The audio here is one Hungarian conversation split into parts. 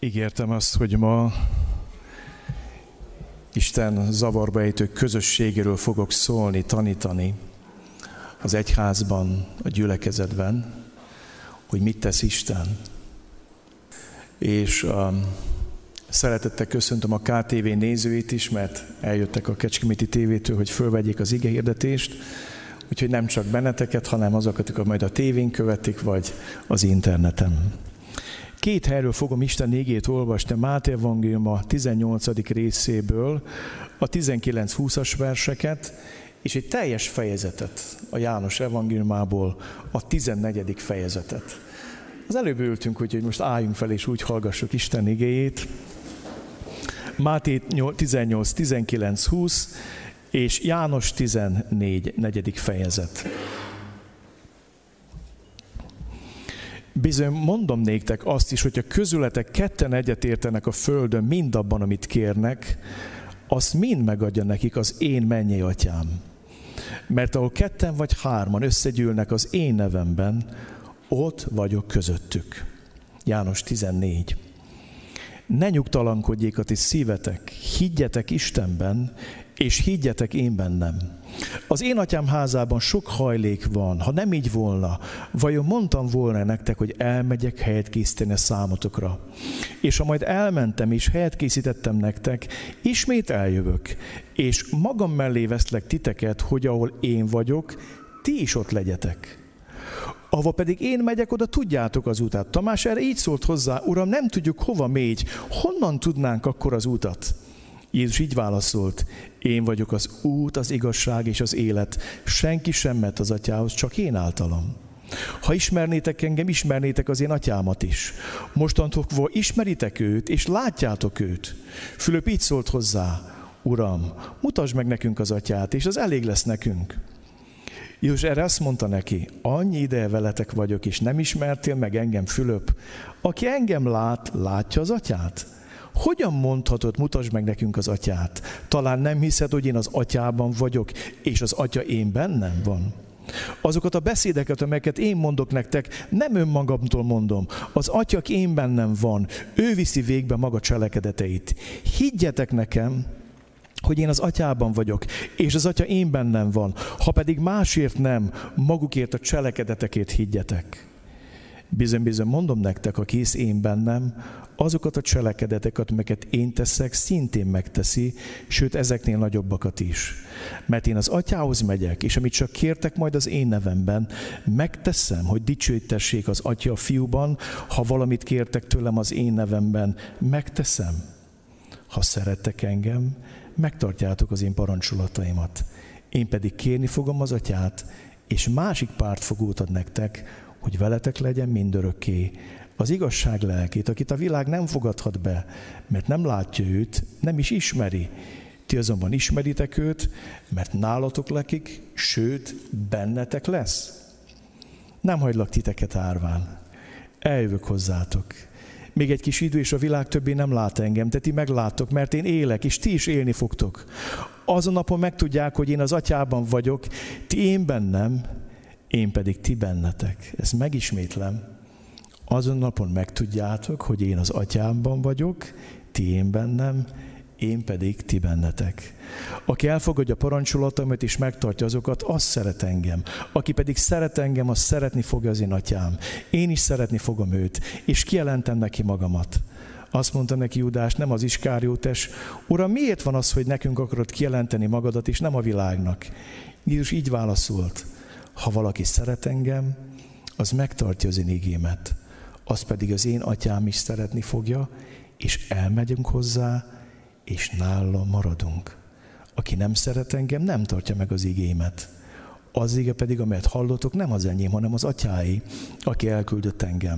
Ígértem azt, hogy ma Isten zavarba ejtő közösségéről fogok szólni, tanítani az egyházban, a gyülekezetben, hogy mit tesz Isten. És szeretettel köszöntöm a KTV nézőit is, mert eljöttek a Kecskeméti tévétől, hogy fölvegyék az igehirdetést, úgyhogy nem csak benneteket, hanem azokat, akik majd a tévén követik, vagy az interneten. Két helyről fogom Isten igét olvasni, Máté evangélium a 18. részéből, a 19-20-as verseket, és egy teljes fejezetet a János evangéliumából, a 14. fejezetet. Az előbb ültünk, úgyhogy most álljunk fel, és úgy hallgassuk Isten igéjét. Máté 18, 19, 20, és János 14, 4. fejezet. Bizony mondom néktek azt is, hogyha közületek ketten egyetértenek a földön mindabban, amit kérnek, azt mind megadja nekik az én mennyei atyám. Mert ahol ketten vagy hárman összegyűlnek az én nevemben, ott vagyok közöttük. János 14. Ne nyugtalankodjék a ti szívetek, higgyetek Istenben, és higgyetek én bennem. Az én atyám házában sok hajlék van, ha nem így volna, vajon mondtam volna nektek, hogy elmegyek helyet készíteni a számotokra. És ha majd elmentem és helyet készítettem nektek, ismét eljövök, és magam mellé veszlek titeket, hogy ahol én vagyok, ti is ott legyetek. Ahova pedig én megyek, oda tudjátok az utat. Tamás erre így szólt hozzá: Uram, nem tudjuk, hova mégy, honnan tudnánk akkor az utat? Jézus így válaszolt: én vagyok az út, az igazság és az élet. Senki sem mehet az atyához, csak én általam. Ha ismernétek engem, ismernétek az én atyámat is. Mostantól fogva ismeritek őt, és látjátok őt. Fülöp így szólt hozzá: Uram, mutasd meg nekünk az atyát, és az elég lesz nekünk. Jézus erre azt mondta neki: annyi ideje veletek vagyok, és nem ismertél meg engem, Fülöp? Aki engem lát, látja az atyát. Hogyan mondhatod, mutasd meg nekünk az atyát? Talán nem hiszed, hogy én az atyában vagyok, és az atya én bennem van? Azokat a beszédeket, amelyeket én mondok nektek, nem önmagamtól mondom. Az atya, aki én bennem van, ő viszi végbe maga cselekedeteit. Higgyetek nekem, hogy én az atyában vagyok, és az atya én bennem van. Ha pedig másért nem, magukért a cselekedetekért higgyetek. Bizony mondom nektek, aki hisz én bennem, azokat a cselekedeteket, amelyeket én teszek, szintén megteszi, sőt ezeknél nagyobbakat is. Mert én az atyához megyek, és amit csak kértek majd az én nevemben, megteszem, hogy dicsőítessék az atya a fiúban, ha valamit kértek tőlem az én nevemben, megteszem. Ha szerettek engem, megtartjátok az én parancsolataimat. Én pedig kérni fogom az atyát, és másik pártfogót ad nektek, hogy veletek legyen mindörökké, az igazság lelkét, akit a világ nem fogadhat be, mert nem látja őt, nem is ismeri. Ti azonban ismeritek őt, mert nálatok lakik, sőt, bennetek lesz. Nem hagylak titeket árván. Eljövök hozzátok. Még egy kis idő, és a világ többé nem lát engem, de ti megláttok, mert én élek, és ti is élni fogtok. Azon napon megtudják, hogy én az atyában vagyok, ti én bennem, én pedig ti bennetek. Ezt megismétlem. Azon napon megtudjátok, hogy én az atyámban vagyok, ti én bennem, én pedig ti bennetek. Aki elfogadja parancsolataimat és megtartja azokat, az szeret engem. Aki pedig szeret engem, az szeretni fogja az én atyám. Én is szeretni fogom őt, és kijelentem neki magamat. Azt mondta neki Júdás, nem az Iskáriótes: Uram, miért van az, hogy nekünk akarod kijelenteni magadat, és nem a világnak? Jézus így válaszolt: ha valaki szeret engem, az megtartja az én igémet. Az pedig az én atyám is szeretni fogja, és elmegyünk hozzá, és nála maradunk. Aki nem szeret engem, nem tartja meg az igémet. Az ige pedig, amelyet hallotok, nem az enyém, hanem az atyái, aki elküldött engem.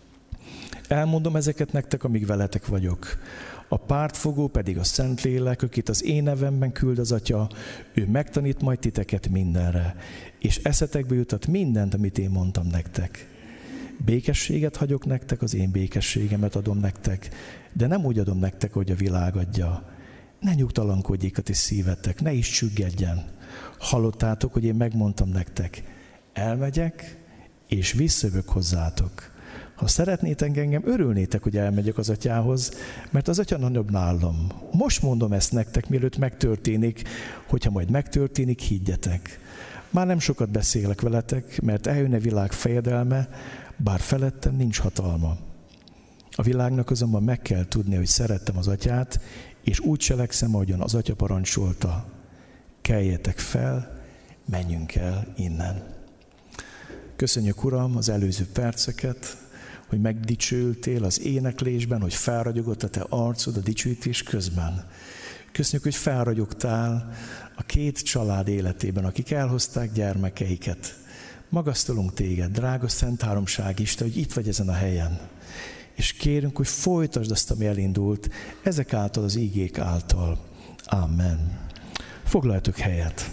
Elmondom ezeket nektek, amíg veletek vagyok. A pártfogó pedig a Szentlélek, akit az én nevemben küld az atya, ő megtanít majd titeket mindenre, és eszetekbe jutat mindent, amit én mondtam nektek. Békességet hagyok nektek, az én békességemet adom nektek, de nem úgy adom nektek, hogy a világ adja. Ne nyugtalankodjék a ti szívetek, ne is csüggedjen. Hallottátok, hogy én megmondtam nektek: elmegyek, és visszajövök hozzátok. Ha szeretnétek engem, örülnétek, hogy elmegyek az atyához, mert az atya nagyobb nálam. Most mondom ezt nektek, mielőtt megtörténik, hogyha majd megtörténik, higgyetek. Már nem sokat beszélek veletek, mert eljön a világ fejedelme, bár felettem nincs hatalma. A világnak azonban meg kell tudni, hogy szerettem az atyát, és úgy cselekszem, ahogyan az atya parancsolta. Keljetek fel, menjünk el innen. Köszönjük, Uram, az előző perceket, hogy megdicsültél az éneklésben, hogy felragyogott a te arcod a dicsőítés közben. Köszönjük, hogy felragyogtál a két család életében, akik elhozták gyermekeiket. Magasztalunk téged, drága Szent Háromság Isten, hogy itt vagy ezen a helyen. És kérünk, hogy folytasd azt, ami elindult, ezek által, az ígék által. Amen. Foglaljatok helyet.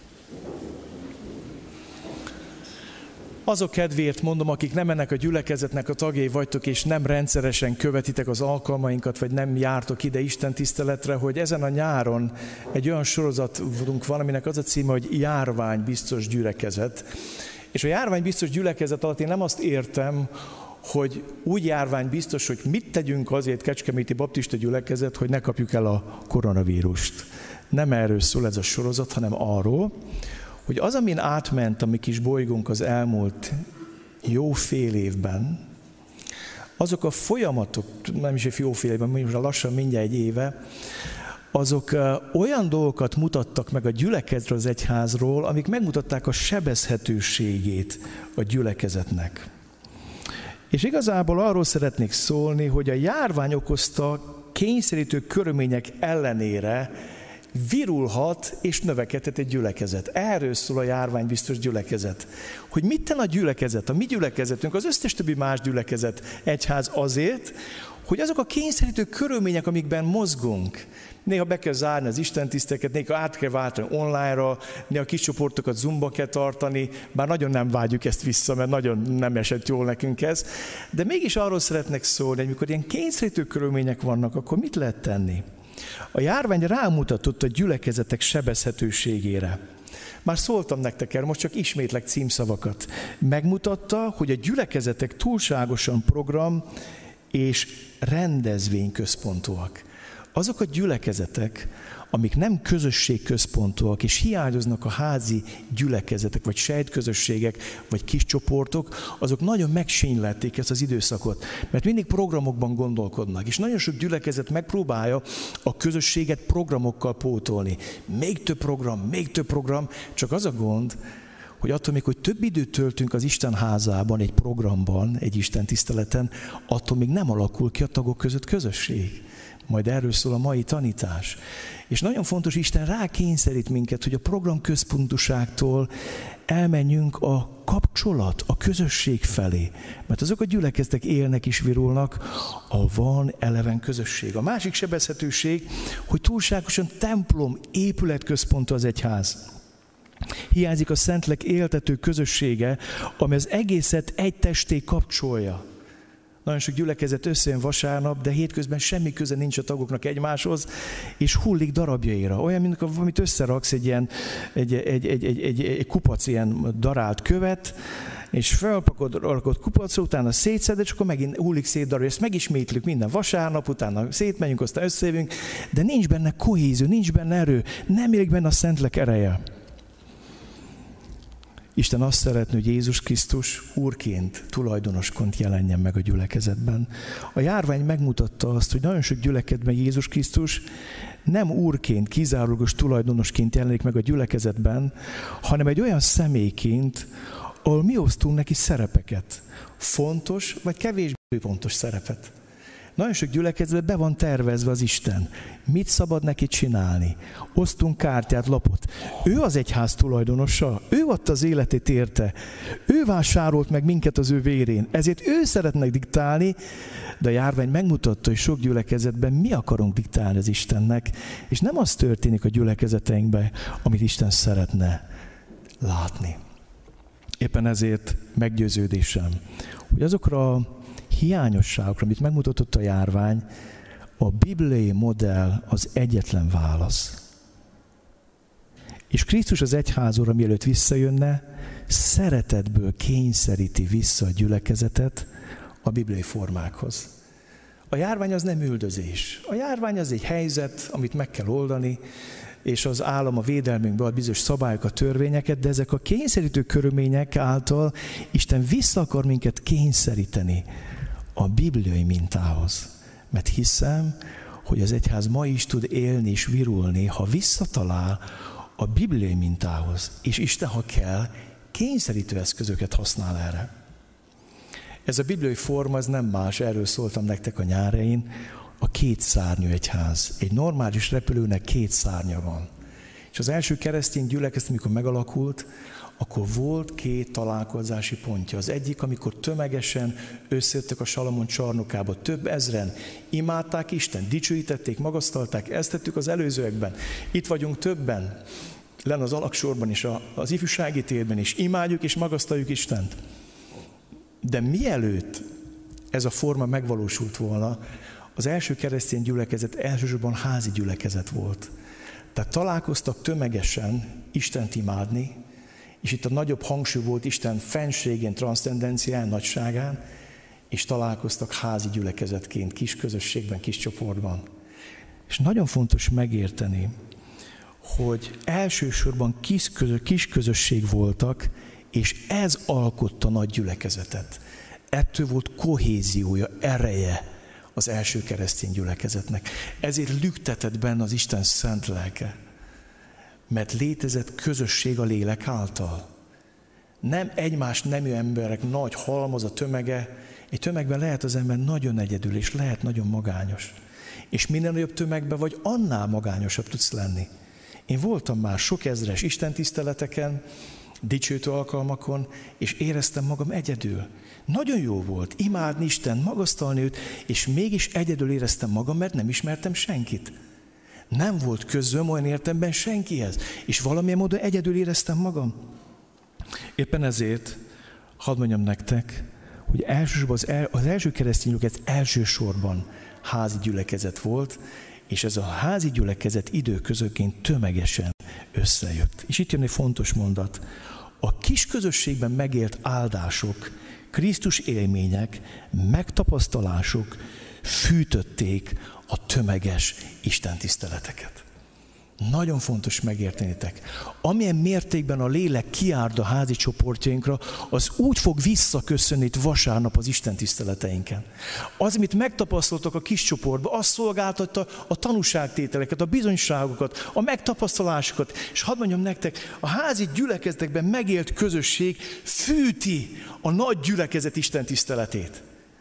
Azok kedvéért mondom, akik nem ennek a gyülekezetnek a tagjai vagytok, és nem rendszeresen követitek az alkalmainkat, vagy nem jártok ide Isten tiszteletre, hogy ezen a nyáron egy olyan sorozatunk van, aminek az a címe, hogy járványbiztos gyülekezet. És a járványbiztos gyülekezet alatt én nem azt értem, hogy úgy járványbiztos, hogy mit tegyünk azért Kecskeméti Baptista gyülekezet, hogy ne kapjuk el a koronavírust. Nem erről szól ez a sorozat, hanem arról, hogy az, amin átment a mi kis bolygónk az elmúlt jó fél évben, azok a folyamatok, nem is egy jó fél évben, most lassan mindjárt egy éve, azok olyan dolgokat mutattak meg a gyülekezetről, az egyházról, amik megmutatták a sebezhetőségét a gyülekezetnek. És igazából arról szeretnék szólni, hogy a járvány okozta kényszerítő körülmények ellenére virulhat és növekedhet egy gyülekezet. Erről szól a járványbiztos gyülekezet. Hogy mit ten a gyülekezet, a mi gyülekezetünk, az összes többi más gyülekezet, egyház azért, hogy azok a kényszerítő körülmények, amikben mozgunk, néha be kell zárni az istentiszteket, néha át kell váltani online-ra, néha kis csoportokat Zoomba kell tartani, bár nagyon nem vágyjuk ezt vissza, mert nagyon nem esett jól nekünk ez, de mégis arról szeretnek szólni, hogy mikor ilyen kényszerítő körülmények vannak, akkor mit lehet tenni? A járvány rámutatott a gyülekezetek sebezhetőségére. Már szóltam nektek erről, most csak ismétlek címszavakat. Megmutatta, hogy a gyülekezetek túlságosan program és rendezvényközpontúak. Azok a gyülekezetek, amik nem közösségközpontúak, és hiányoznak a házi gyülekezetek, vagy sejtközösségek, vagy kis csoportok, azok nagyon megsínylelték ezt az időszakot, mert mindig programokban gondolkodnak, és nagyon sok gyülekezet megpróbálja a közösséget programokkal pótolni. Még több program, csak az a gond, hogy attól még, hogy több időt töltünk az Isten házában, egy programban, egy Isten tiszteleten, attól még nem alakul ki a tagok között közösség. Majd erről szól a mai tanítás. És nagyon fontos, Isten rákényszerít minket, hogy a program központúságtól elmenjünk a kapcsolat, a közösség felé. Mert azok a gyülekezetek élnek és virulnak, a van eleven közösség. A másik sebezhetőség, hogy túlságosan templom, épületközpontú az egyház. Hiányzik a Szentlélek éltető közössége, ami az egészet egy testé kapcsolja. Nagyon sok gyülekezet összejön vasárnap, de hétközben semmi köze nincs a tagoknak egymáshoz, és hullik darabjaira. Olyan, mint amit összeraksz egy kupac ilyen darált követ, és felrakod kupacra, utána szétszed, és akkor megint hullik szét darabja. Ezt megismétljük minden vasárnap, utána szétmegyünk, aztán összejövünk, de nincs benne kohézió, nincs benne erő, nem élik benne a Szentlélek ereje. Isten azt szeretné, hogy Jézus Krisztus úrként, tulajdonosként jelenjen meg a gyülekezetben. A járvány megmutatta azt, hogy nagyon sok gyülekezetben Jézus Krisztus nem úrként, kizárólagos tulajdonosként jelenik meg a gyülekezetben, hanem egy olyan személyként, ahol mi osztunk neki szerepeket. Fontos vagy kevésbé fontos szerepet. Nagyon sok gyülekezetben be van tervezve az Isten. Mit szabad neki csinálni? Osztunk kártyát, lapot. Ő az egyház tulajdonosa, ő adta az életét érte. Ő vásárolt meg minket az ő vérén. Ezért ő szeretne diktálni, de a járvány megmutatta, hogy sok gyülekezetben mi akarunk diktálni az Istennek, és nem az történik a gyülekezeteinkben, amit Isten szeretne látni. Éppen ezért meggyőződésem, hogy azokra a hiányosságokra, amit megmutatott a járvány, a bibliai modell az egyetlen válasz. És Krisztus az egyházóra, mielőtt visszajönne, szeretetből kényszeríti vissza a gyülekezetet a bibliai formákhoz. A járvány az nem üldözés. A járvány az egy helyzet, amit meg kell oldani, és az állam a védelmünkbe ad bizonyos szabályokat, törvényeket, de ezek a kényszerítő körülmények által Isten vissza akar minket kényszeríteni a bibliai mintához. Mert hiszem, hogy az egyház ma is tud élni és virulni, ha visszatalál a bibliai mintához. És Isten, ha kell, kényszerítő eszközöket használ erre. Ez a bibliai forma, ez nem más, erről szóltam nektek a nyárain, a kétszárnyú egyház. Egy normális repülőnek két szárnya van. És az első keresztény gyülekezet, amikor megalakult, akkor volt két találkozási pontja. Az egyik, amikor tömegesen összejöttek a Salamon csarnokába, több ezren imádták Istent, dicsőítették, magasztalták, ezt tettük az előzőekben. Itt vagyunk többen, lenn az alaksorban is, az ifjúsági térben is, imádjuk és magasztaljuk Istent. De mielőtt ez a forma megvalósult volna, az első keresztény gyülekezet elsősorban házi gyülekezet volt. Tehát találkoztak tömegesen Istent imádni, és itt a nagyobb hangsúly volt Isten fenségén, transzcendencián, nagyságán, és találkoztak házi gyülekezetként, kis közösségben, kis csoportban. És nagyon fontos megérteni, hogy elsősorban kis közösség voltak, és ez alkotta nagy gyülekezetet. Ettől volt kohéziója, ereje az első keresztény gyülekezetnek. Ezért lüktetett benne az Isten szent lelke. Mert létezett közösség a lélek által. Nem egymás nemű emberek nagy halmaz a tömege. Egy tömegben lehet az ember nagyon egyedül, és lehet nagyon magányos. És minél nagyobb tömegben vagy, annál magányosabb tudsz lenni. Én voltam már sok ezres istentiszteleteken, dicsőtő alkalmakon, és éreztem magam egyedül. Nagyon jó volt imádni Istent, magasztalni őt, és mégis egyedül éreztem magam, mert nem ismertem senkit. Nem volt közöm olyan értelemben senkihez, és valamilyen módon egyedül éreztem magam. Éppen ezért, hadd mondjam nektek, hogy elsősorban az első keresztény gyülekezet elsősorban házi gyülekezet volt, és ez a házi gyülekezet időközönként tömegesen összejött. És itt jön egy fontos mondat. A kis közösségben megélt áldások, Krisztus élmények, megtapasztalások fűtötték a tömeges istentiszteleteket. Nagyon fontos megértenitek. Amilyen mértékben a lélek kiárd a házi csoportjainkra, az úgy fog visszaköszönni itt vasárnap az istentiszteleteinken. Az, amit megtapasztaltak a kis csoportban, az szolgáltatta a tanúságtételeket, a bizonyságokat, a megtapasztalásokat. És hadd mondjam nektek, a házi gyülekezetekben megélt közösség fűti a nagy gyülekezet istentiszteletét.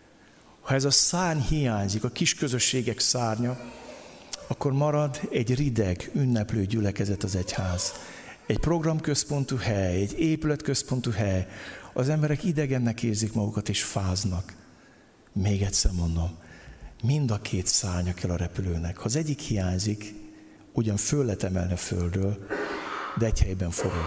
Ha ez a szárny hiányzik, a kis közösségek szárnya, akkor marad egy rideg, ünneplő gyülekezet az egyház. Egy programközpontú hely, egy épületközpontú hely. Az emberek idegennek érzik magukat és fáznak. Még egyszer mondom, mind a két szárnya kell a repülőnek. Ha az egyik hiányzik, ugyan föl lehet emelni a földről, de egy helyben forog.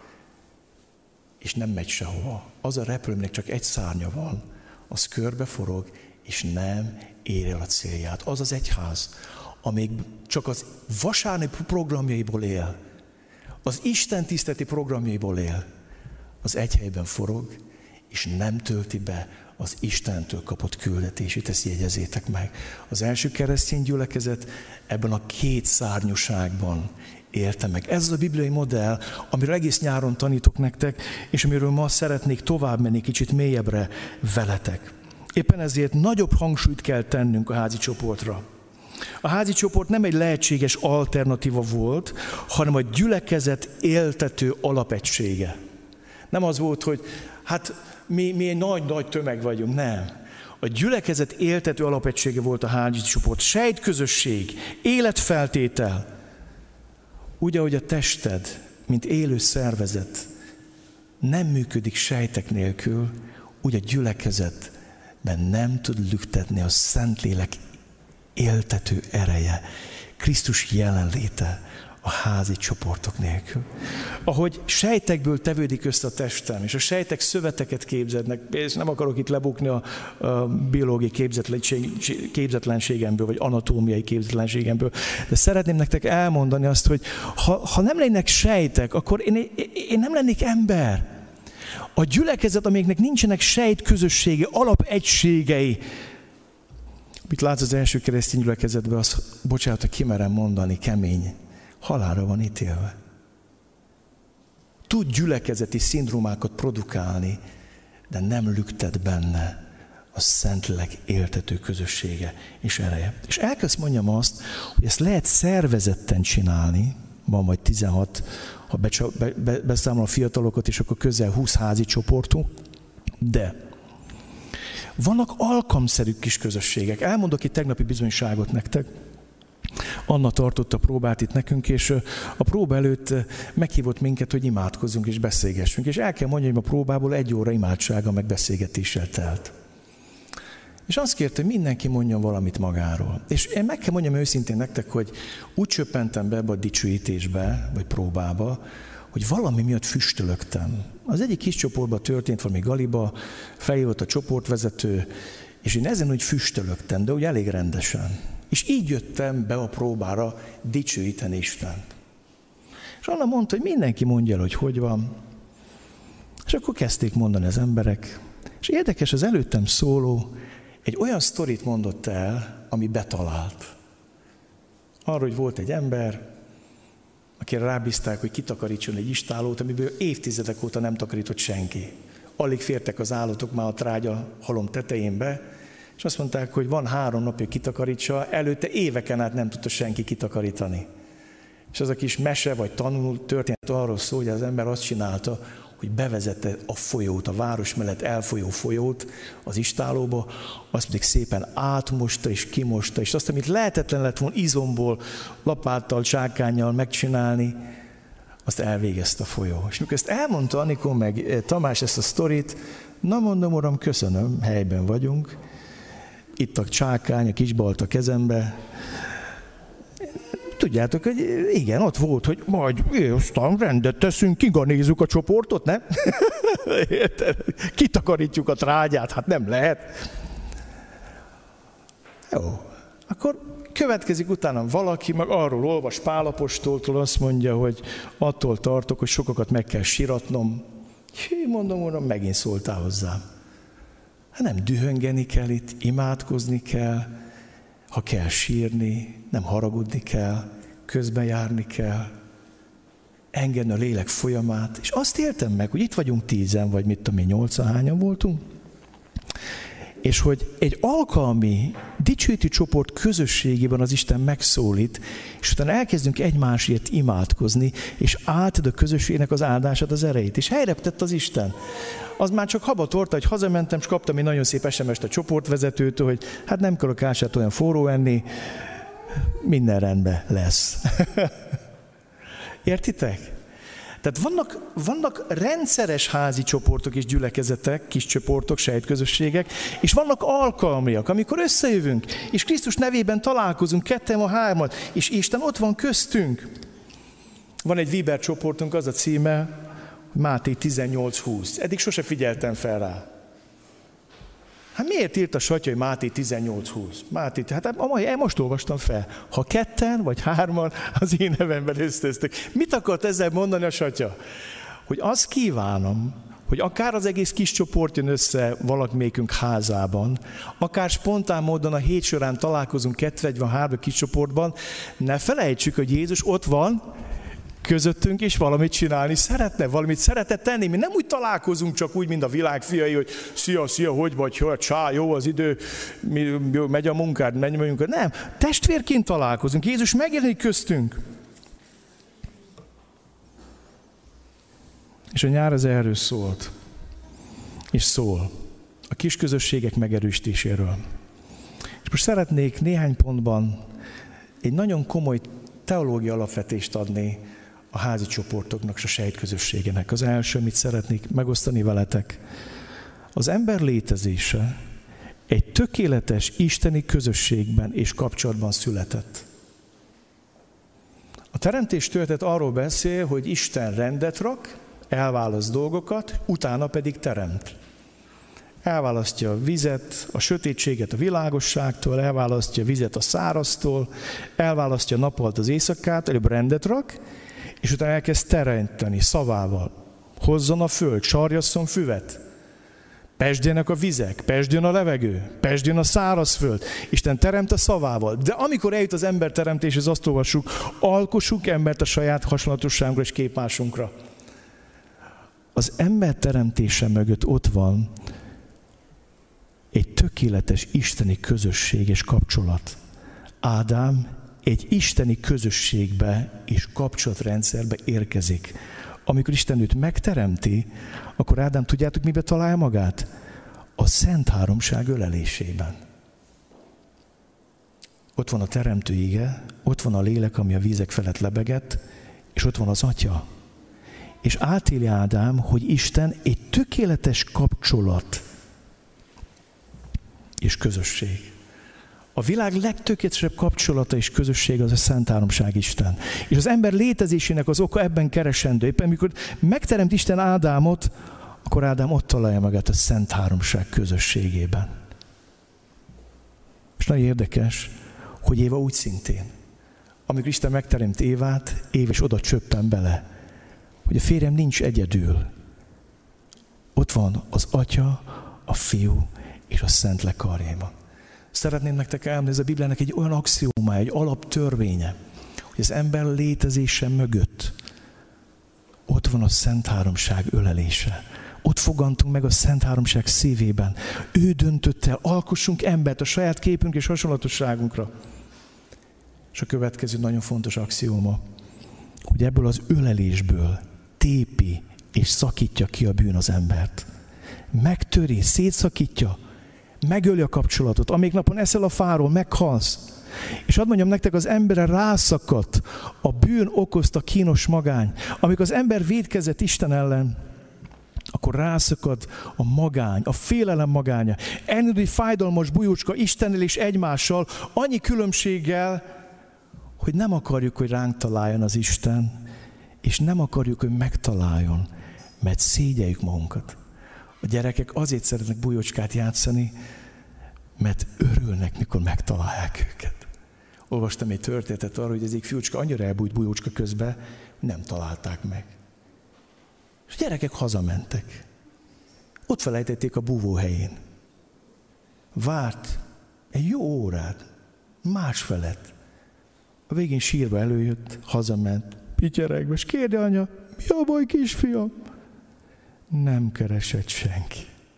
És nem megy sehova. Az a repülőnek csak egy szárnya van, az körbe forog, és nem éri el a célját. Az az egyház, amíg csak az vasárnapi programjaiból él, az Isten tiszteleti programjaiból él, az egy helyben forog, és nem tölti be az Istentől kapott küldetését, ezt jegyezzétek meg. Az első keresztény gyülekezet ebben a két szárnyúságban élte meg. Ez az a bibliai modell, amiről egész nyáron tanítok nektek, és amiről ma szeretnék tovább menni kicsit mélyebbre veletek. Éppen ezért nagyobb hangsúlyt kell tennünk a házi csoportra. A házi csoport nem egy lehetséges alternatíva volt, hanem a gyülekezet éltető alapegysége. Nem az volt, hogy hát mi egy nagy tömeg vagyunk, nem. A gyülekezet éltető alapegysége volt a házi csoport. Sejtközösség, életfeltétel. Úgy, ahogy a tested, mint élő szervezet nem működik sejtek nélkül, úgy a gyülekezetben nem tud lüktetni a Szentlélek éltető ereje, Krisztus jelenléte a házi csoportok nélkül. Ahogy sejtekből tevődik össze a testem, és a sejtek szöveteket képzednek, és nem akarok itt lebukni a biológiai képzetlenségemből, vagy anatómiai képzetlenségemből, de szeretném nektek elmondani azt, hogy ha nem lennének sejtek, akkor én nem lennék ember. A gyülekezet, amiknek nincsenek sejtközössége, alapegységei. Amit látsz az első keresztény gyülekezetben, az, bocsánat, hogy kimerem mondani, kemény. Halálra van ítélve. Tud gyülekezeti szindrómákat produkálni, de nem lüktet benne a Szentlélek éltető közössége és ereje. És elkezd mondjam azt, hogy ezt lehet szervezetten csinálni, van majd 16, ha beszámol a fiatalokat, és akkor közel 20 házi csoportunk, de vannak alkalomszerű kis közösségek. Elmondok egy tegnapi bizonyságot nektek. Anna tartotta a próbát itt nekünk, és a próba előtt meghívott minket, hogy imádkozzunk és beszélgessünk. És el kell mondjam, hogy a próbából 1 óra imádsága meg beszélgetéssel telt. És azt kérte, hogy mindenki mondjon valamit magáról. És én meg kell mondjam őszintén nektek, hogy úgy csöppentem be ebbe a dicsőítésbe, vagy próbába, hogy valami miatt füstölögtem. Az egyik kis csoportban történt valami galiba, feljött a csoportvezető, és én ezen úgy füstölögtem, de úgy elég rendesen. És így jöttem be a próbára dicsőíteni Istent. És Anna mondta, hogy mindenki mondja el, hogy van. És akkor kezdték mondani az emberek. És érdekes, az előttem szóló egy olyan sztorit mondott el, ami betalált. Arra, hogy volt egy ember, akire rábízták, hogy kitakarítson egy istállót, amiből évtizedek óta nem takarított senki. Alig fértek az állatok már a trágya halom tetején be, és azt mondták, hogy van 3 napja kitakarítsa, előtte éveken át nem tudta senki kitakarítani. És az a kis mese vagy tanul történet arról szól, hogy az ember azt csinálta, hogy bevezette a folyót, a város mellett elfolyó folyót az istállóba, azt pedig szépen átmosta és kimosta, és azt, amit lehetetlen lett volna izomból, lapáttal, csákánnyal megcsinálni, azt elvégezte a folyó. És mikor ezt elmondta Anikó meg Tamás ezt a sztorit, na mondom, uram, köszönöm, helyben vagyunk, itt a csákány, a kis balt a kezembe. Tudjátok, hogy igen, ott volt, hogy majd aztán rendet teszünk, kiganézzük a csoportot, nem? Kitakarítjuk a trágyát, hát nem lehet. Jó, akkor következik utána valaki, meg arról olvas Pál apostoltól, azt mondja, hogy attól tartok, hogy sokakat meg kell siratnom. Mondom, uram, megint szóltál hozzám. Hát nem dühöngeni kell itt, imádkozni kell, ha kell sírni, nem haragudni kell, közben járni kell, engedni a lélek folyamát. És azt éltem meg, hogy itt vagyunk 10-en, vagy mit tudom én, 8-hányan voltunk, és hogy egy alkalmi, dicsőítő csoport közösségében az Isten megszólít, és utána elkezdünk egymásért imádkozni, és átad a közösségnek az áldását, az erejét. És helyre tett az Isten. Az már csak habatorta, hogy hazamentem, és kaptam egy nagyon szép SMS-t a csoportvezetőtől, hogy hát nem kell a kását olyan forró enni, minden rendben lesz. Értitek? Tehát vannak rendszeres házi csoportok és gyülekezetek, kis csoportok, sejtközösségek, és vannak alkalmiak, amikor összejövünk, és Krisztus nevében találkozunk, 2 vagy 3, és Isten ott van köztünk. Van egy Viber csoportunk, az a címe, Máté 18:20. Eddig sose figyeltem fel rá. Hát miért írt a Satya, hogy Máté 18:20? Máté, hát most olvastam fel. Ha 2 vagy 3 az én nevemben ösztöztök. Mit akart ezzel mondani a Satya? Hogy azt kívánom, hogy akár az egész kis csoport jön össze valamelyikünk házában, akár spontán módon a hét során találkozunk 2 vagy 3 kis csoportban, ne felejtsük, hogy Jézus ott van közöttünk, és valamit csinálni szeretne, valamit szeretne tenni. Mi nem úgy találkozunk csak úgy, mint a világ fiai, hogy szia, hogy vagy, jó az idő, megy a munkád, Nem, testvérként találkozunk. Jézus megjelenik köztünk. És a nyár az erről szólt. És szól. A kis közösségek megerősítéséről. És most szeretnék néhány pontban egy nagyon komoly teológia alapvetést adni a házi csoportoknak és a sejtközösségenek. Az első, amit szeretnék megosztani veletek, az ember létezése egy tökéletes isteni közösségben és kapcsolatban született. A teremtés történet arról beszél, hogy Isten rendet rak, elválaszt dolgokat, utána pedig teremt. Elválasztja a vizet, a sötétséget a világosságtól, elválasztja a vizet a száraztól, elválasztja a nappalt az éjszakát, előbb rendet rak, és utána elkezd teremteni szavával. Hozzon a föld, sarjasszon füvet. Pesdjenek a vizek, pesdjön a levegő, pesdjön a szárazföld. Isten teremt a szavával. De amikor eljut az emberteremtéshez, azt olvassuk, alkossunk embert a saját hasonlatosságunkra és képmásunkra. Az ember teremtése mögött ott van egy tökéletes isteni közösség és kapcsolat. Ádám egy isteni közösségbe és kapcsolatrendszerbe érkezik. Amikor Isten őt megteremti, akkor Ádám, tudjátok, mibe találja magát? A Szent Háromság ölelésében. Ott van a teremtő ige, ott van a lélek, ami a vízek felett lebegett, és ott van az Atya. És átéli Ádám, hogy Isten egy tökéletes kapcsolat és közösség. A világ legtökéletesebb kapcsolata és közösség az a Szent Háromság Isten. És az ember létezésének az oka ebben keresendő. Éppen amikor megteremt Isten Ádámot, akkor Ádám ott találja magát a Szent Háromság közösségében. És nagyon érdekes, hogy Éva úgy szintén. Amikor Isten megteremt Évát, Éva is oda csöppen bele, hogy a férjem nincs egyedül. Ott van az Atya, a Fiú és a Szentlélek karjában. Szeretném nektek elmondani, ez a Bibliának egy olyan axiómája, egy alaptörvénye, hogy az ember létezése mögött ott van a Szent Háromság ölelése. Ott fogantunk meg a Szent Háromság szívében. Ő döntött el, alkossunk embert a saját képünk és hasonlatosságunkra. És a következő nagyon fontos axióma, hogy ebből az ölelésből tépi és szakítja ki a bűn az embert. Megtöri, szétszakítja, megöli a kapcsolatot. Amelyik napon eszel a fáról, meghalsz. És hadd mondjam nektek, az emberre rászakadt a bűn okozta kínos magány. Amikor az ember vétkezett Isten ellen, akkor rászakad a magány, a félelem magánya. Elindul egy fájdalmas bujócska Istennel és egymással, annyi különbséggel, hogy nem akarjuk, hogy ránk találjon az Isten, és nem akarjuk, hogy megtaláljon, mert szégyeljük magunkat. A gyerekek azért szeretnek bujócskát játszani, mert örülnek, mikor megtalálják őket. Olvastam egy történetet arról, hogy ez egy fiúcska annyira elbújt bujócska közben, nem találták meg. És a gyerekek hazamentek. Ott felejtették a búvóhelyén. Várt egy jó órát, másfelett. A végén sírva előjött, hazament, pityeregve, és kérde anya, mi a baj, kisfiam? Nem keresett senki.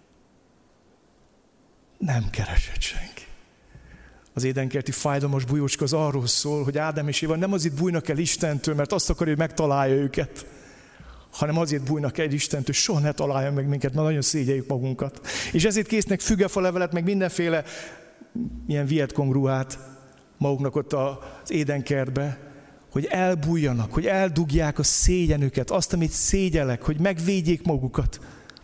Nem keresett senki. Az édenkerti fájdalmas bujócska az arról szól, hogy Ádám és Éva nem azért bújnak el Istentől, mert azt akarja, hogy megtalálja őket, hanem azért bújnak el Istentől, soha ne találja meg minket, mert nagyon szégyeljük magunkat. És ezért késznek fügefalevelet, meg mindenféle ilyen Vietcong ruhát maguknak ott az édenkertbe, hogy elbújjanak, hogy eldugják a szégyenüket, azt, amit szégyellek, hogy megvédjék magukat.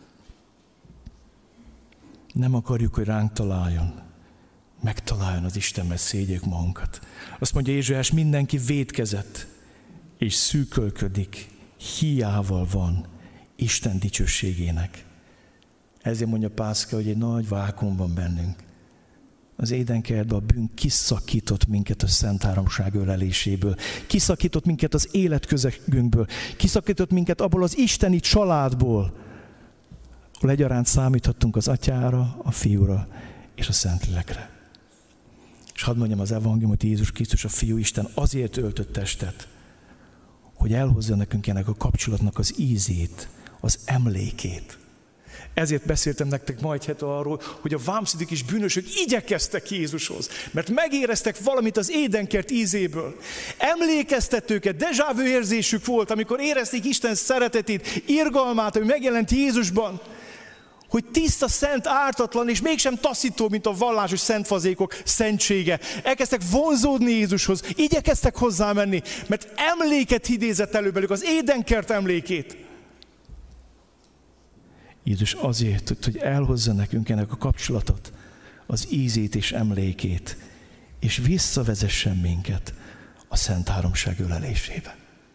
Nem akarjuk, hogy ránk találjon. Megtaláljon az Isten, mert szégyeljük magunkat. Azt mondja Ézsaiás, mindenki vétkezett, és szűkölködik, hiával van Isten dicsőségének. Ezért mondja Pászka, hogy egy nagy vákuum van bennünk. Az édenkertben a bűn kiszakított minket a Szent Háromság öleléséből. Kiszakított minket az életközegünkből. Kiszakított minket abból az isteni családból, ahol egyaránt számíthattunk az Atyára, a Fiúra és a Szentlélekre. És hadd mondjam az evangéliumot, Jézus Krisztus, a Fiú Isten azért öltött testet, hogy elhozza nekünk ennek a kapcsolatnak az ízét, az emlékét. Ezért beszéltem nektek ma egy hete arról, hogy a vámszidik és bűnösök igyekeztek Jézushoz, mert megéreztek valamit az édenkert ízéből. Emlékeztet őket, déjà vu érzésük volt, amikor érezték Isten szeretetét, irgalmát, ami megjelent Jézusban, hogy tiszta, szent, ártatlan, és mégsem taszító, mint a vallásos szentfazékok szentsége. Elkezdtek vonzódni Jézushoz, igyekeztek hozzá menni, mert emléket idézett elő belőlük, az édenkert emlékét. Jézus azért, hogy elhozza nekünk ennek a kapcsolatot, az ízét és emlékét, és visszavezessen minket a Szent Háromság ölelésébe.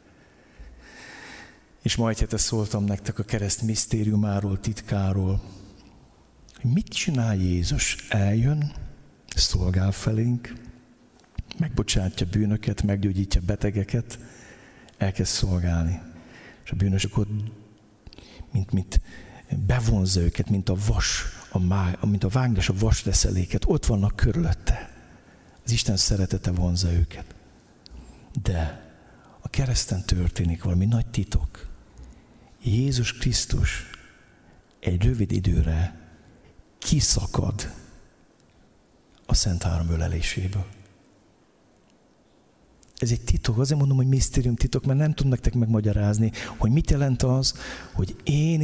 És ma egy hete szóltam nektek a kereszt misztériumáról, titkáról, hogy mit csinál Jézus? Eljön, szolgál felénk, megbocsátja bűnöket, meggyógyítja betegeket, elkezd szolgálni. És a bűnösök ott mint bevonza őket, mint a vas, mint a vágás a vasreszeléket, ott vannak körülötte. Az Isten szeretete vonza őket. De a kereszten történik valami nagy titok. Jézus Krisztus egy rövid időre kiszakad a Szent Három öleléséből. Ez egy titok, azért mondom, hogy misztérium titok, mert nem tudom nektek megmagyarázni, hogy mit jelent az, hogy én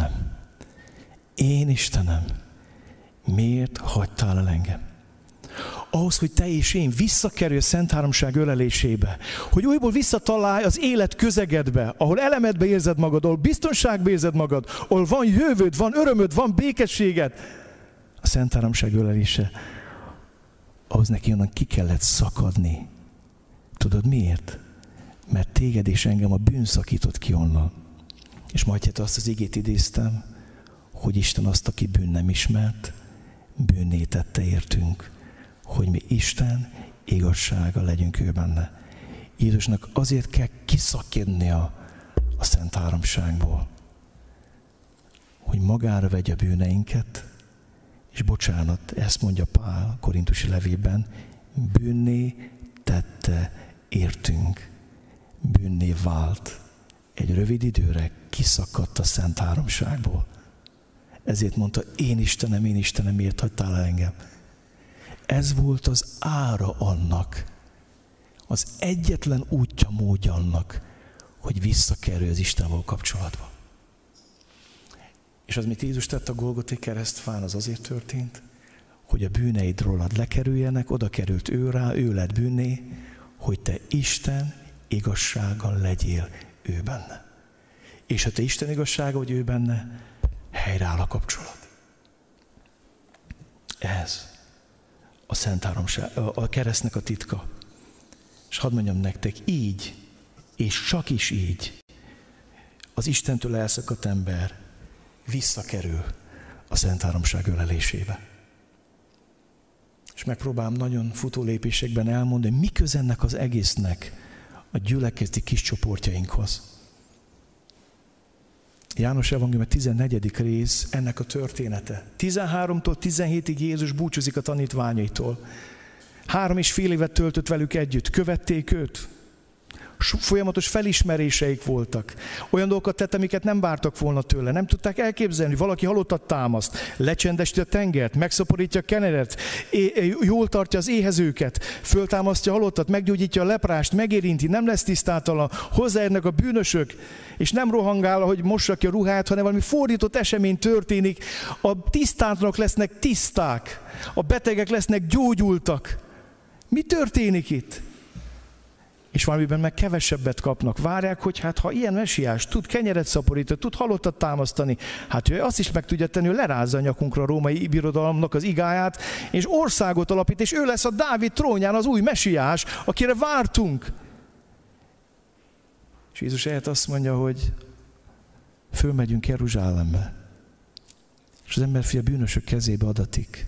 Istenem, miért hagytál el engem? Ahhoz, hogy te és én visszakerülj a Szent Háromság ölelésébe, hogy újból visszatalálj az élet közegedbe, ahol elemedbe érzed magad, ahol biztonságba érzed magad, ahol van jövőd, van örömöd, van békességed. A Szent Háromság ölelése, ahhoz neki onnan ki kellett szakadni. Tudod miért? Mert téged és engem a bűn szakított ki onnan. És majd azt az igét idéztem, hogy Isten azt, aki bűn nem ismert, bűnné tette értünk, hogy mi Isten igazsága legyünk ő benne. Jézusnak azért kell kiszakadnia a Szent Háromságból, hogy magára vegye a bűneinket, és bocsánat, ezt mondja Pál a korintusi levélben, bűnné tette értünk, bűnné vált. Egy rövid időre kiszakadt a Szent Háromságból. Ezért mondta, én Istenem, miért hagytál el engem? Ez volt az ára annak, az egyetlen útja, módja annak, hogy visszakerülj az Istenvel kapcsolatba. És az, mit Jézus tett a Golgothai keresztfán, az azért történt, hogy a bűneid rólad lekerüljenek, oda került ő rá, ő lett bűnné, hogy te Isten igazsággal legyél ő benne. És ha te Isten igazsága vagy ő benne, helyreáll a kapcsolat. Ez a Szent Háromság, a keresztnek a titka. És hadd mondjam nektek, így, és csak is így, az Istentől elszakadt ember visszakerül a Szent Háromság ölelésébe. És megpróbálom nagyon futó lépésekben elmondani, mi köz ennek az egésznek a gyülekezeti kis csoportjainkhoz. János Evangélium 14. rész, ennek a története. 13-tól 17-ig Jézus búcsúzik a tanítványaitól. 3,5 évet töltött velük együtt, követték őt. Folyamatos felismeréseik voltak. Olyan dolgokat tett, amiket nem vártak volna tőle. Nem tudták elképzelni, hogy valaki halottat támaszt, lecsendesíti a tengert, megszaporítja a keneret, jól tartja az éhezőket, föltámasztja a halottat, meggyógyítja a leprást, megérinti, nem lesz tisztátalan, hozzáérnek a bűnösök, és nem rohangál, hogy mossa ki a ruhát, hanem valami fordított esemény történik. A tisztátlanok lesznek tiszták, a betegek lesznek gyógyultak. Mi történik itt? És valamiben meg kevesebbet kapnak. Várják, hogy hát ha ilyen mesiás tud kenyeret szaporítani, tud halottat támasztani, hát ő azt is meg tudja tenni, hogy lerázza a nyakunkra a római birodalomnak az igáját, és országot alapít, és ő lesz a Dávid trónján az új mesiás, akire vártunk. És Jézus ehhez azt mondja, hogy fölmegyünk Jeruzsálembe, és az emberfia bűnösök kezébe adatik.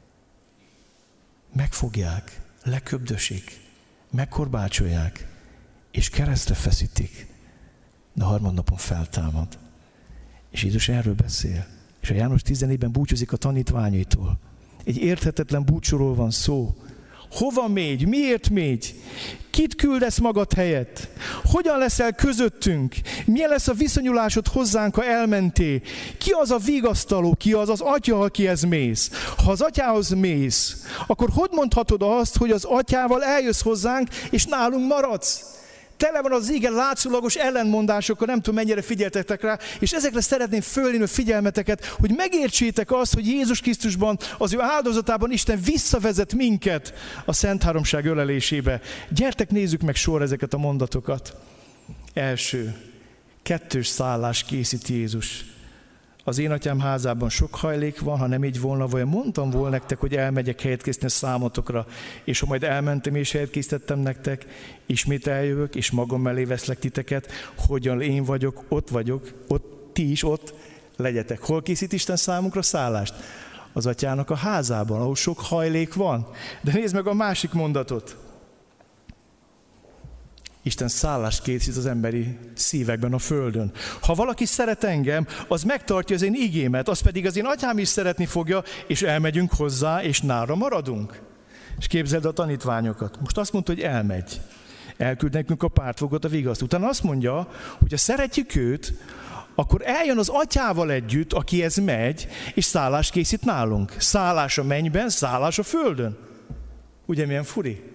Megfogják, leköbdösik, megkorbácsolják, és keresztre feszítik, de harmadnapon feltámad. És Jézus erről beszél. És a János 14-ben búcsúzik a tanítványaitól. Egy érthetetlen búcsúról van szó. Hova mégy? Miért mégy? Kit küldesz magad helyett? Hogyan leszel közöttünk? Milyen lesz a viszonyulásod hozzánk, ha elmentél? Ki az a vigasztaló? Ki az az atya, akihez mész? Ha az atyához mész, akkor hogy mondhatod azt, hogy az atyával eljössz hozzánk, és nálunk maradsz? Tele van az ige látszólagos ellentmondásokkal, nem tudom, mennyire figyeltetek rá, és ezekre szeretném fölhívni a figyelmeteket, hogy megértsétek azt, hogy Jézus Krisztusban, az ő áldozatában Isten visszavezet minket a Szent Háromság ölelésébe. Gyertek, nézzük meg sorra ezeket a mondatokat. Első, 2. szállás készít Jézus. Az én atyám házában sok hajlék van, ha nem így volna, vajon mondtam volna nektek, hogy elmegyek helyet készíteni számotokra, és ha majd elmentem és helyet készítettem nektek, ismét eljövök, és magam mellé veszlek titeket, hogyan én vagyok, ott ti is ott legyetek. Hol készít Isten számunkra szállást? Az atyának a házában, ahol sok hajlék van. De nézd meg a másik mondatot. Isten szállást készít az emberi szívekben a földön. Ha valaki szeret engem, az megtartja az én igémet, az pedig az én atyám is szeretni fogja, és elmegyünk hozzá, és nála maradunk. És képzeld a tanítványokat. Most azt mondta, hogy elmegy. Elküld nekünk a pártfogot, a vigaszt. Utána azt mondja, hogy ha szeretjük őt, akkor eljön az atyával együtt, akihez megy, és szállást készít nálunk. Szállás a mennyben, szállás a földön. Ugye milyen furi?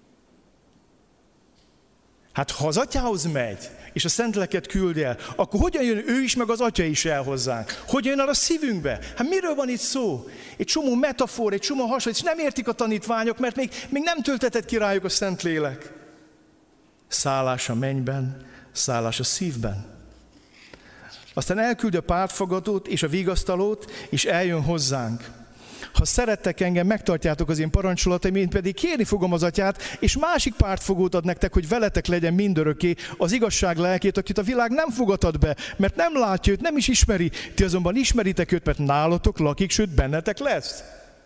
Hát ha az atyához megy, és a Szentléleket küld el, akkor hogyan jön ő is, meg az atya is el hozzánk? Hogyan jön el a szívünkbe? Hát miről van itt szó? Egy csomó metafor, egy csomó hasonlít, és nem értik a tanítványok, mert még nem töltetett ki rájuk a Szentlélek. Szállás a mennyben, szállás a szívben. Aztán elküldi a pártfogatót és a vigasztalót, és eljön hozzánk. Ha szerettek engem, megtartjátok az én parancsolataim, én pedig kérni fogom az atyát, és másik pártfogót ad nektek, hogy veletek legyen mindörökké, az igazság lelkét, akit a világ nem fogadhat be, mert nem látja őt, nem is ismeri. Ti azonban ismeritek őt, mert nálatok lakik, sőt bennetek lesz.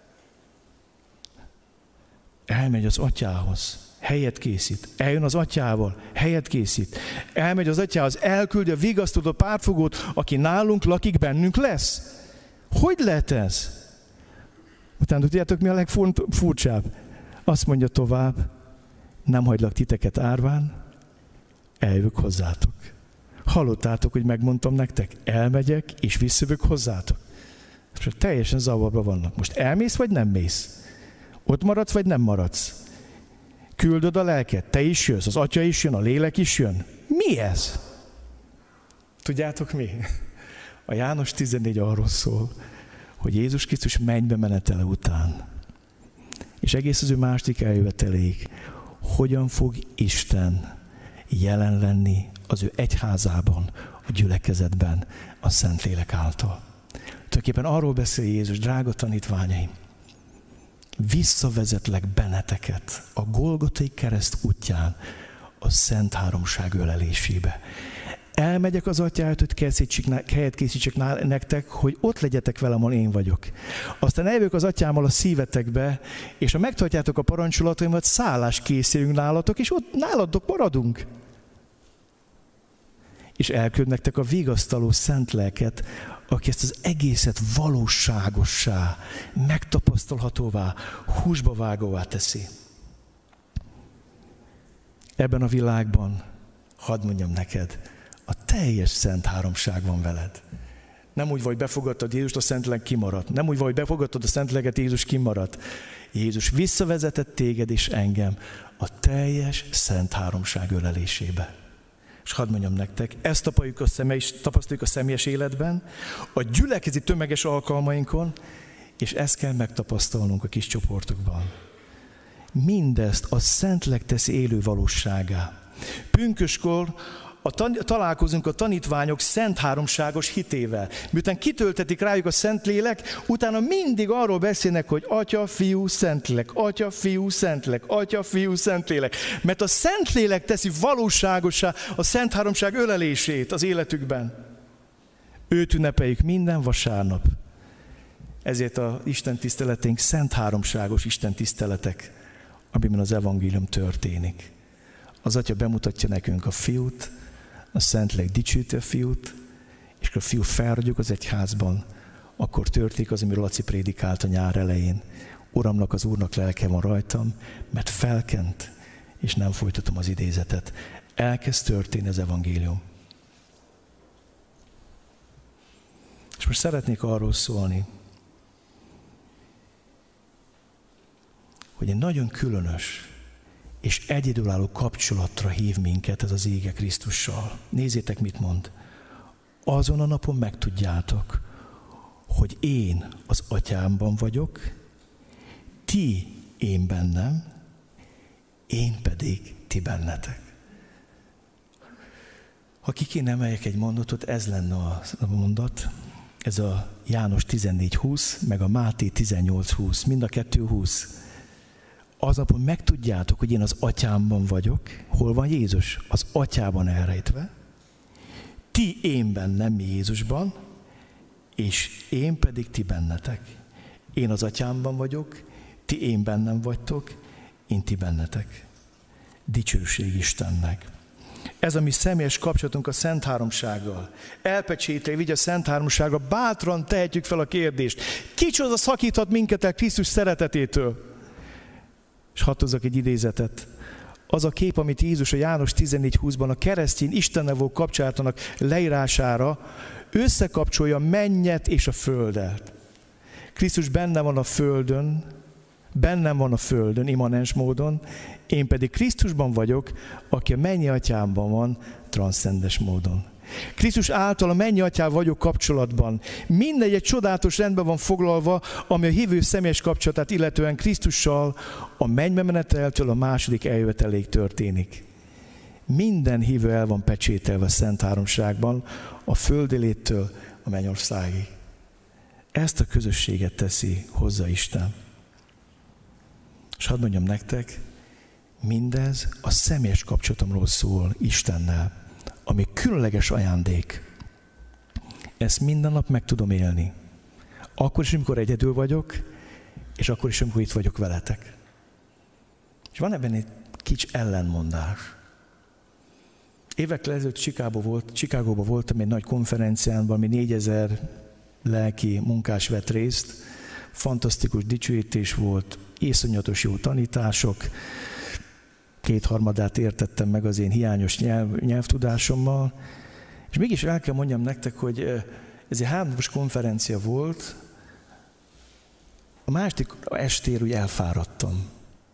Elmegy az atyához, helyet készít. Eljön az atyával, helyet készít. Elmegy az atyához, elküldi a vigasztaló pártfogót, aki nálunk lakik, bennünk lesz. Hogy lehet ez? Utána tudjátok, mi a legfurcsább? Azt mondja tovább, nem hagylak titeket árván, eljövök hozzátok. Hallottátok, hogy megmondtam nektek, elmegyek és visszajövök hozzátok. És teljesen zavarba vannak. Most elmész, vagy nem mész? Ott maradsz, vagy nem maradsz? Küldöd a lelket, te is jössz, az atya is jön, a lélek is jön. Mi ez? Tudjátok mi? A János 14 arról szól, hogy Jézus Krisztus mennybe menetele után, és egész az ő második eljöveteléig, hogyan fog Isten jelen lenni az ő egyházában, a gyülekezetben, a Szentlélek által. Tulajdonképpen arról beszél Jézus, drága tanítványaim, visszavezetlek benneteket a Golgotai kereszt útján a Szent Háromság ölelésébe. Elmegyek az atyához, hogy helyet készítsek nektek, hogy ott legyetek velem, ahol én vagyok. Aztán eljövök az atyámmal a szívetekbe, és ha megtartjátok a parancsolataimat, szállást készülünk nálatok, és ott nálatok maradunk. És elküld nektek a vigasztaló szent lelket, aki ezt az egészet valóságossá, megtapasztalhatóvá, húsba vágóvá teszi. Ebben a világban, hadd mondjam neked, a teljes Szent Háromság van veled. Nem úgy vagy, befogadtad Jézust, a Szentlélek kimaradt. Nem úgy vagy, befogadtad a Szentléget, Jézus kimaradt. Jézus visszavezetett téged és engem a teljes Szent Háromság ölelésébe. És hadd mondjam nektek, ezt tapasztaljuk a személyes életben, a gyülekezeti tömeges alkalmainkon, és ezt kell megtapasztalnunk a kis csoportokban. Mindezt a Szentlélek teszi élő valóságá. Pünköskor találkozunk a tanítványok szent háromságos hitével. Miután kitöltetik rájuk a Szentlélek, utána mindig arról beszélnek, hogy Atya, Fiú, Szentlélek, Atya, Fiú, Szentlélek, Atya, Fiú, Szentlélek. Mert a Szentlélek teszi valóságossá a Szent Háromság ölelését az életükben. Őt ünnepeljük minden vasárnap. Ezért a Isten tiszteleténk szent háromságos Isten tiszteletek, amiben az evangélium történik. Az Atya bemutatja nekünk a Fiút, a Szentlélek dicsőíti a Fiút, és akkor a Fiú felragyog az egyházban, akkor történik az, amiről Laci prédikált a nyár elején. Uramnak, az Úrnak lelke van rajtam, mert felkent, és nem folytatom az idézetet. Elkezd történni az evangélium. És most szeretnék arról szólni, hogy egy nagyon különös és egyedülálló kapcsolatra hív minket ez az ége Krisztussal. Nézzétek, mit mond. Azon a napon megtudjátok, hogy én az Atyámban vagyok, ti én bennem, én pedig ti bennetek. Ha ki kéne emeljek egy mondatot, ez lenne a mondat. Ez a János 14:20, meg a Máté 18:20, mind a kettő 20. Aznapon megtudjátok, hogy én az Atyámban vagyok. Hol van Jézus? Az Atyában elrejtve. Ti én bennem, mi Jézusban, és én pedig ti bennetek. Én az Atyámban vagyok, ti én bennem vagytok, én ti bennetek. dicsőség Istennek. Ez a mi személyes kapcsolatunk a Szent Háromsággal. Elpecsételve vigy a Szent Háromságra, bátran tehetjük fel a kérdést. Kicsoda szakíthat minket el Krisztus szeretetétől? És hadd hozzak egy idézetet. Az a kép, amit Jézus a János 14:20-ban a keresztény Istennel való kapcsolatának leírására összekapcsolja a mennyet és a földet. Krisztus bennem van a földön, immanens módon, én pedig Krisztusban vagyok, aki a mennyi atyámban van, transzcendes módon. Krisztus által a mennyi atyával vagyok kapcsolatban. Mindegy egy csodálatos rendben van foglalva, ami a hívő személyes kapcsolatát illetően Krisztussal a mennybe meneteltől a második eljöveteléig történik. Minden hívő el van pecsételve a Szent Háromságban, a földi léttől a mennyországig. Ezt a közösséget teszi hozzá Isten. És hadd mondjam nektek, mindez a személyes kapcsolatomról szól Istennel, ami különleges ajándék. Ezt minden nap meg tudom élni. Akkor is, amikor egyedül vagyok, és akkor is, amikor itt vagyok veletek. És van ebben egy kicsi ellenmondás. Évekkel ezelőtt Chicagóban voltam egy nagy konferencián, valami 4000 lelki munkás vett részt. Fantasztikus dicsőítés volt, iszonyatos jó tanítások. 2/3 értettem meg az én hiányos nyelvtudásommal. És mégis el kell mondjam nektek, hogy ez egy 3 napos konferencia volt. A második estér úgy elfáradtam.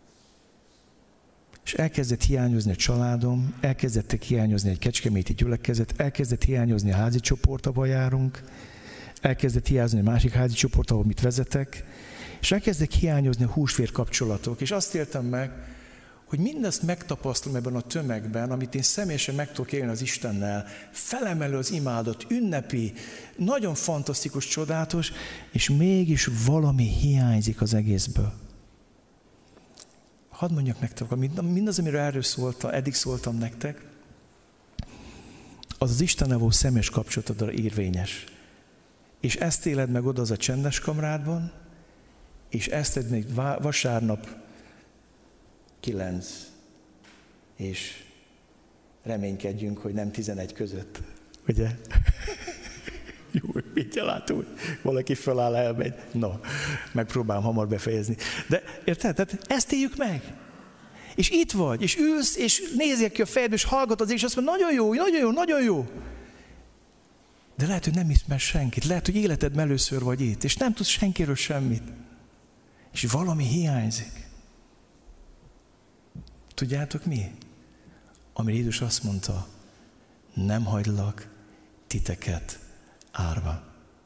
És elkezdett hiányozni a családom, elkezdett hiányozni egy kecskeméti gyülekezet, elkezdett hiányozni a házi csoport, ahol járunk, elkezdett hiányozni a másik házi csoport, ahol mit vezetek, és elkezdett hiányozni a húsvér kapcsolatok. És azt éltem meg, hogy mindezt megtapasztalom ebben a tömegben, amit én személyesen meg tudok élni az Istennel, felemelő az imádat, ünnepi, nagyon fantasztikus, csodálatos, és mégis valami hiányzik az egészből. Hadd mondjak nektek, mindaz, amiről eddig szóltam nektek, az Istennel való személyes kapcsolatodra érvényes. És ezt éled meg oda az a csendes kamrádban, és ezt tedd még vasárnap 9, és reménykedjünk, hogy nem 11 között. Ugye? Jó, mit látunk? Valaki föláll, elmegy. No, megpróbálom hamar befejezni. De érted? Tehát ezt éljük meg. És itt vagy, és ülsz, és nézzél ki a fejedbe, és hallgatod, és azt mondod, nagyon jó, nagyon jó, nagyon jó. De lehet, hogy nem ismersz senkit. Lehet, hogy életedben először vagy itt, és nem tudsz senkiről semmit. És valami hiányzik. Tudjátok mi? Amire Jézus azt mondta, nem hagylak titeket árva.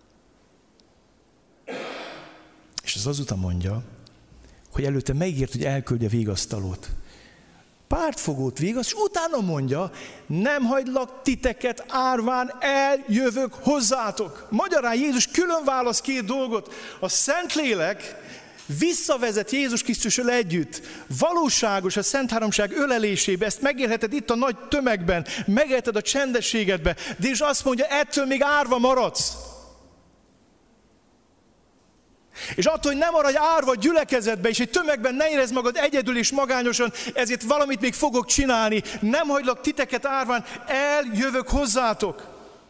És az azután mondja, hogy előtte megírt, hogy elküldje vigasztalót. Pártfogót vigaszt, és utána mondja, nem hagylak titeket árván, eljövök hozzátok. Magyarán Jézus külön választ 2 dolgot. A Szentlélek visszavezet Jézus Krisztussal együtt. Valóságos a Szent Háromság ölelésébe, ezt megélheted itt a nagy tömegben, megélheted a csendességedbe, de és azt mondja, ettől még árva maradsz. És attól, hogy nem maradj árva a gyülekezetbe, és egy tömegben ne érezd magad egyedül és magányosan, ezért valamit még fogok csinálni. Nem hagylak titeket árván, eljövök hozzátok.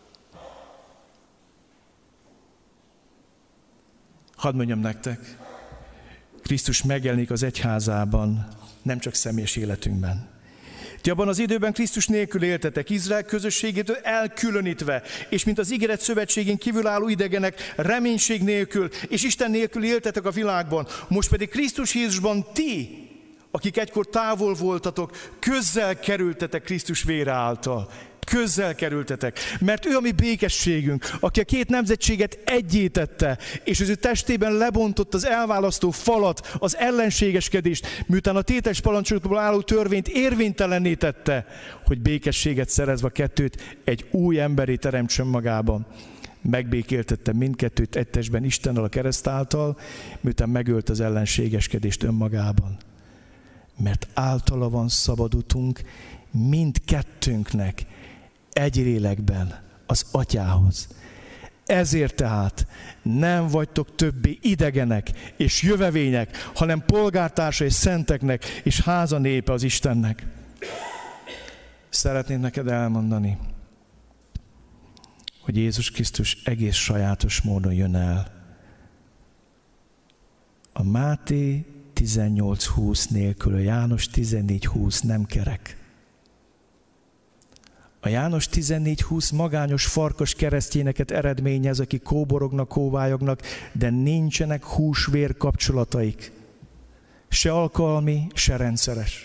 Hadd mondjam nektek, Krisztus megjelenik az egyházában, nem csak személyes életünkben. Ti abban az időben Krisztus nélkül éltetek, Izrael közösségétől elkülönítve, és mint az ígéret szövetségén kívülálló idegenek, reménység nélkül, és Isten nélkül éltetek a világban. Most pedig Krisztus Jézusban ti, akik egykor távol voltatok, közel kerültetek Krisztus vére által. Közel kerültetek, mert ő a mi békességünk, aki a 2 nemzetséget egyé tette, és az ő testében lebontott az elválasztó falat, az ellenségeskedést, miután a tétes parancsokból álló törvényt érvénytelenné tette, hogy békességet szerezve a 2-t egy új emberé teremtsön magában. Megbékéltette mindkettőt egy testben Istennel a kereszt által, miután megölt az ellenségeskedést önmagában. Mert általa van szabad utunk mindkettőnknek, egy lélekben az Atyához. Ezért tehát nem vagytok többé idegenek és jövevények, hanem polgártársai szenteknek és háza népe az Istennek. Szeretném neked elmondani, hogy Jézus Krisztus egész sajátos módon jön el. A Máté 18:20 nélkül a János 14:20 nem kerek. A János 14:20 magányos farkas keresztényeket eredményez, akik kóborognak, kóvályognak, de nincsenek hús-vér kapcsolataik. Se alkalmi, se rendszeres.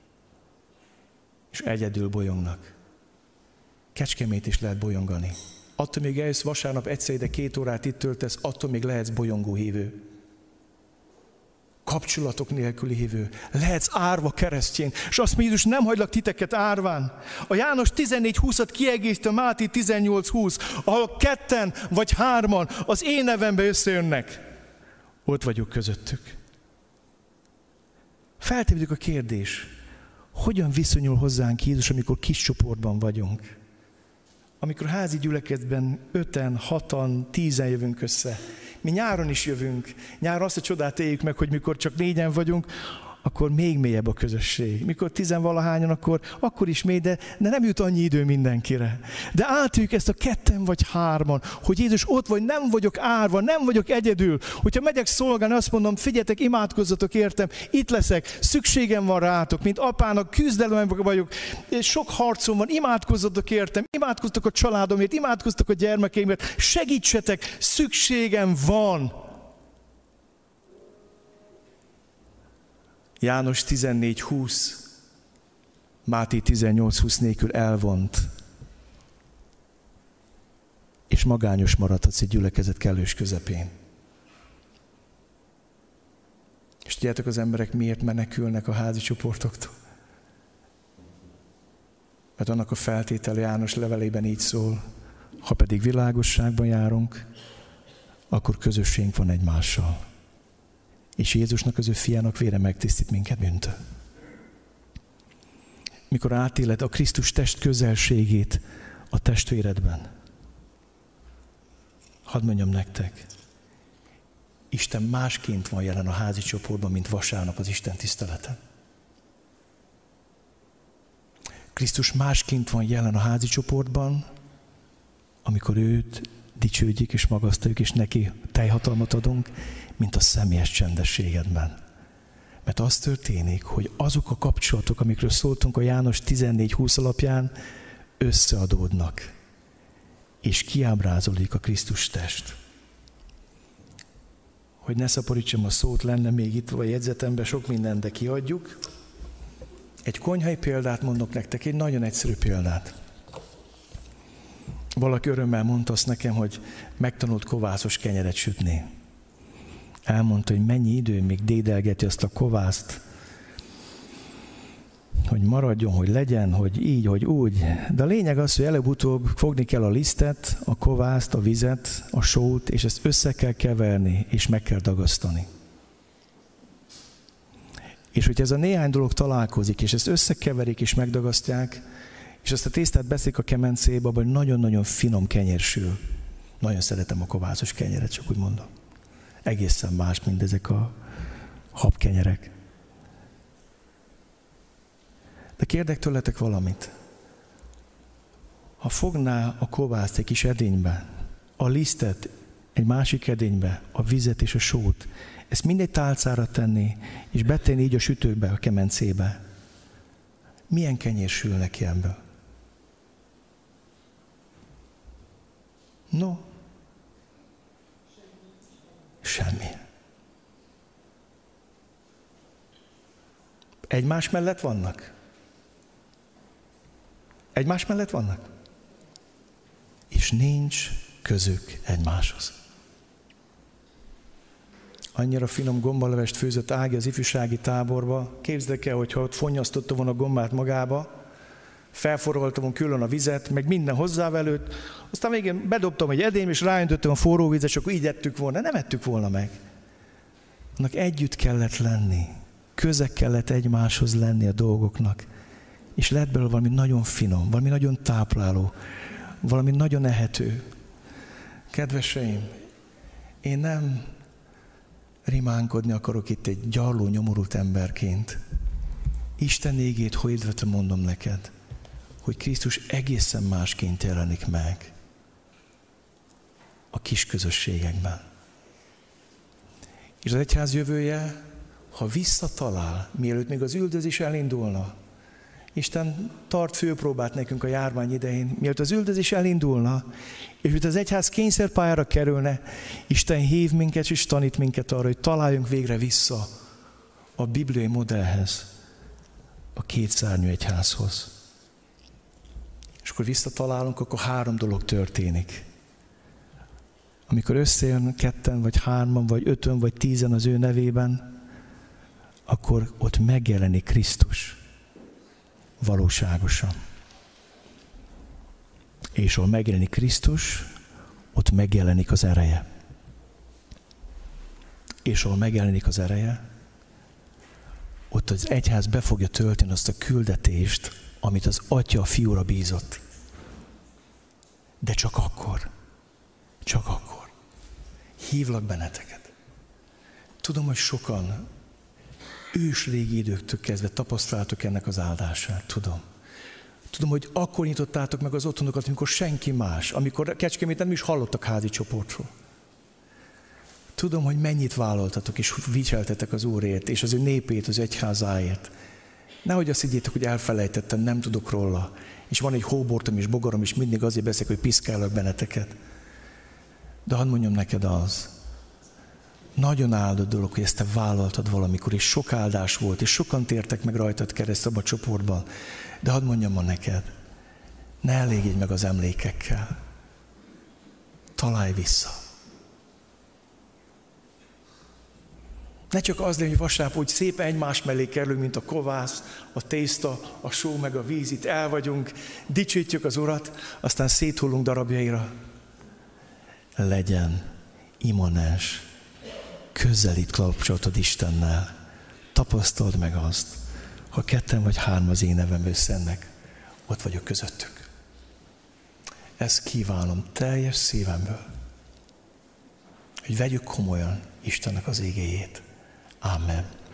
És egyedül bolyongnak. Kecskemét is lehet bolyongani. Attól még eljössz vasárnap egyszer ide 2 órát itt töltesz, attól még lehetsz bolyongó hívő. Kapcsolatok nélküli hívő. Lehetsz árva keresztény. És azt mondja, Jézus, nem hagylak titeket árván. A János 14:20-at kiegészíti a Máté 18:20, ahol 2 vagy 3 az én nevembe összejönnek. Ott vagyok közöttük. Feltevődik a kérdés, hogyan viszonyul hozzánk Jézus, amikor kis csoportban vagyunk? Amikor házi gyülekezetben 5-en, 6-an, 10-en jövünk össze. Mi nyáron is jövünk. Nyáron azt a csodát éljük meg, hogy mikor csak 4-en vagyunk, akkor még mélyebb a közösség. Mikor 10-valahányan, akkor is mély, de nem jut annyi idő mindenkire. De átjük ezt a 2 vagy 3, hogy Jézus ott vagy, nem vagyok árva, nem vagyok egyedül. Hogyha megyek szolgálni, azt mondom, figyeljetek, imádkozzatok értem, itt leszek, szükségem van rátok, mint apának, küzdelemben vagyok, sok harcom van, imádkozzatok értem, imádkozzatok a családomért, imádkozzatok a gyermekeimért, segítsetek, szükségem van. János 14:20, Máté 18:20 nélkül elvont, és magányos maradhatsz egy gyülekezet kellős közepén. És tudjátok, az emberek miért menekülnek a házi csoportoktól? Mert annak a feltétele János levelében így szól, ha pedig világosságban járunk, akkor közösségünk van egymással. És Jézusnak, az ő fiának vére megtisztít minket bűntől. Mikor átéled a Krisztus test közelségét a testvéredben, hadd mondjam nektek, Isten másként van jelen a házi csoportban, mint vasárnap az Isten tiszteleten. Krisztus másként van jelen a házi csoportban, amikor őt dicsődjük és magasztaljuk, és neki teljhatalmat adunk, mint a személyes csendességedben. Mert az történik, hogy azok a kapcsolatok, amikről szóltunk a János 14:20 alapján, összeadódnak, és kiábrázolódik a Krisztus test. Hogy ne szaporítsam a szót, lenne még itt a jegyzetemben sok mindent, de kiadjuk. Egy konyhai példát mondok nektek, egy nagyon egyszerű példát. Valaki örömmel mondta azt nekem, hogy megtanult kovászos kenyeret sütni. Elmondta, hogy mennyi idő még dédelgeti azt a kovászt, hogy maradjon, hogy legyen, hogy így, hogy úgy. De a lényeg az, hogy előbb-utóbb fogni kell a lisztet, a kovászt, a vizet, a sót, és ezt össze kell keverni, és meg kell dagasztani. És hogyha ez a néhány dolog találkozik, és ezt összekeverik, és megdagasztják, és azt a tésztát beszik a kemencébe, abban nagyon-nagyon finom kenyér sül. Nagyon szeretem a kovászos kenyeret, csak úgy mondom. Egészen más, mint ezek a habkenyerek. De kérdek tőletek valamit. Ha fogná a kovászt egy kis edénybe, a lisztet egy másik edénybe, a vizet és a sót, ezt mindegy tálcára tenni, és betenni így a sütőbe, a kemencébe, milyen kenyér sül neki ebből? No, semmi. Egymás mellett vannak? Egymás mellett vannak? És nincs közük egymáshoz. Annyira finom gombalevest főzött Ági az ifjúsági táborba. Képzeljék el, hogyha ott fonnyasztotta volna a gombát magába, felforroltam volna külön a vizet, meg minden hozzávelőtt, aztán végén bedobtam egy edény, és ráöntöttem a forró vizet, és akkor így ettük volna. Nem ettük volna meg. Annak együtt kellett lenni. Köze kellett egymáshoz lenni a dolgoknak. És lett belőle valami nagyon finom, valami nagyon tápláló, valami nagyon ehető. Kedveseim, én nem rimánkodni akarok itt egy gyarló, nyomorult emberként. Isten égét hirdetve mondom neked, hogy Krisztus egészen másként jelenik meg a kis közösségekben. És az egyház jövője, ha visszatalál, mielőtt még az üldözés elindulna, Isten tart főpróbát nekünk a járvány idején, mielőtt az üldözés elindulna, és hogy az egyház kényszerpályára kerülne, Isten hív minket és tanít minket arra, hogy találjunk végre vissza a bibliai modellhez, a kétszárnyú egyházhoz. És akkor visszatalálunk, akkor 3 dolog történik. Amikor összejön 2 vagy 3 vagy 5 vagy 10 az ő nevében, akkor ott megjelenik Krisztus valóságosan. És ahol megjelenik Krisztus, ott megjelenik az ereje. És ahol megjelenik az ereje, ott az egyház be fogja tölteni azt a küldetést, amit az Atya a Fiúra bízott. De csak akkor. Csak akkor. Hívlak benneteket. Tudom, hogy sokan ősrégi időktől kezdve tapasztaltok ennek az áldását. Tudom, hogy akkor nyitottátok meg az otthonokat, amikor senki más, amikor Kecskeméten nem is hallottak házi csoportról. Tudom, hogy mennyit vállaltatok és viseltetek az Úrért, és az ő népét, az egyházáért. Nehogy azt higgyétek, hogy elfelejtettem, nem tudok róla. És van egy hóbortom és bogaram, és mindig azért beszélek, hogy piszkálok benneteket. De hadd mondjam neked az, nagyon áldott dolog, hogy ezt te vállaltad valamikor, és sok áldás volt, és sokan tértek meg rajtad keresztül abban a csoportban. De hadd mondjam ma neked, ne elégedj meg az emlékekkel. Találj vissza. Ne csak az legyen, hogy vasárnap úgy szépen egymás mellé kerülünk, mint a kovász, a tészta, a só meg a víz, itt el vagyunk, dicsőítjük az Urat, aztán széthullunk darabjaira. Legyen immanens, közelít kapcsolatod Istennel. Tapasztald meg azt, ha 2 vagy 3 az én nevemben összennek, ott vagyok közöttük. Ezt kívánom teljes szívemből, hogy vegyük komolyan Istennek az igéjét. Amen.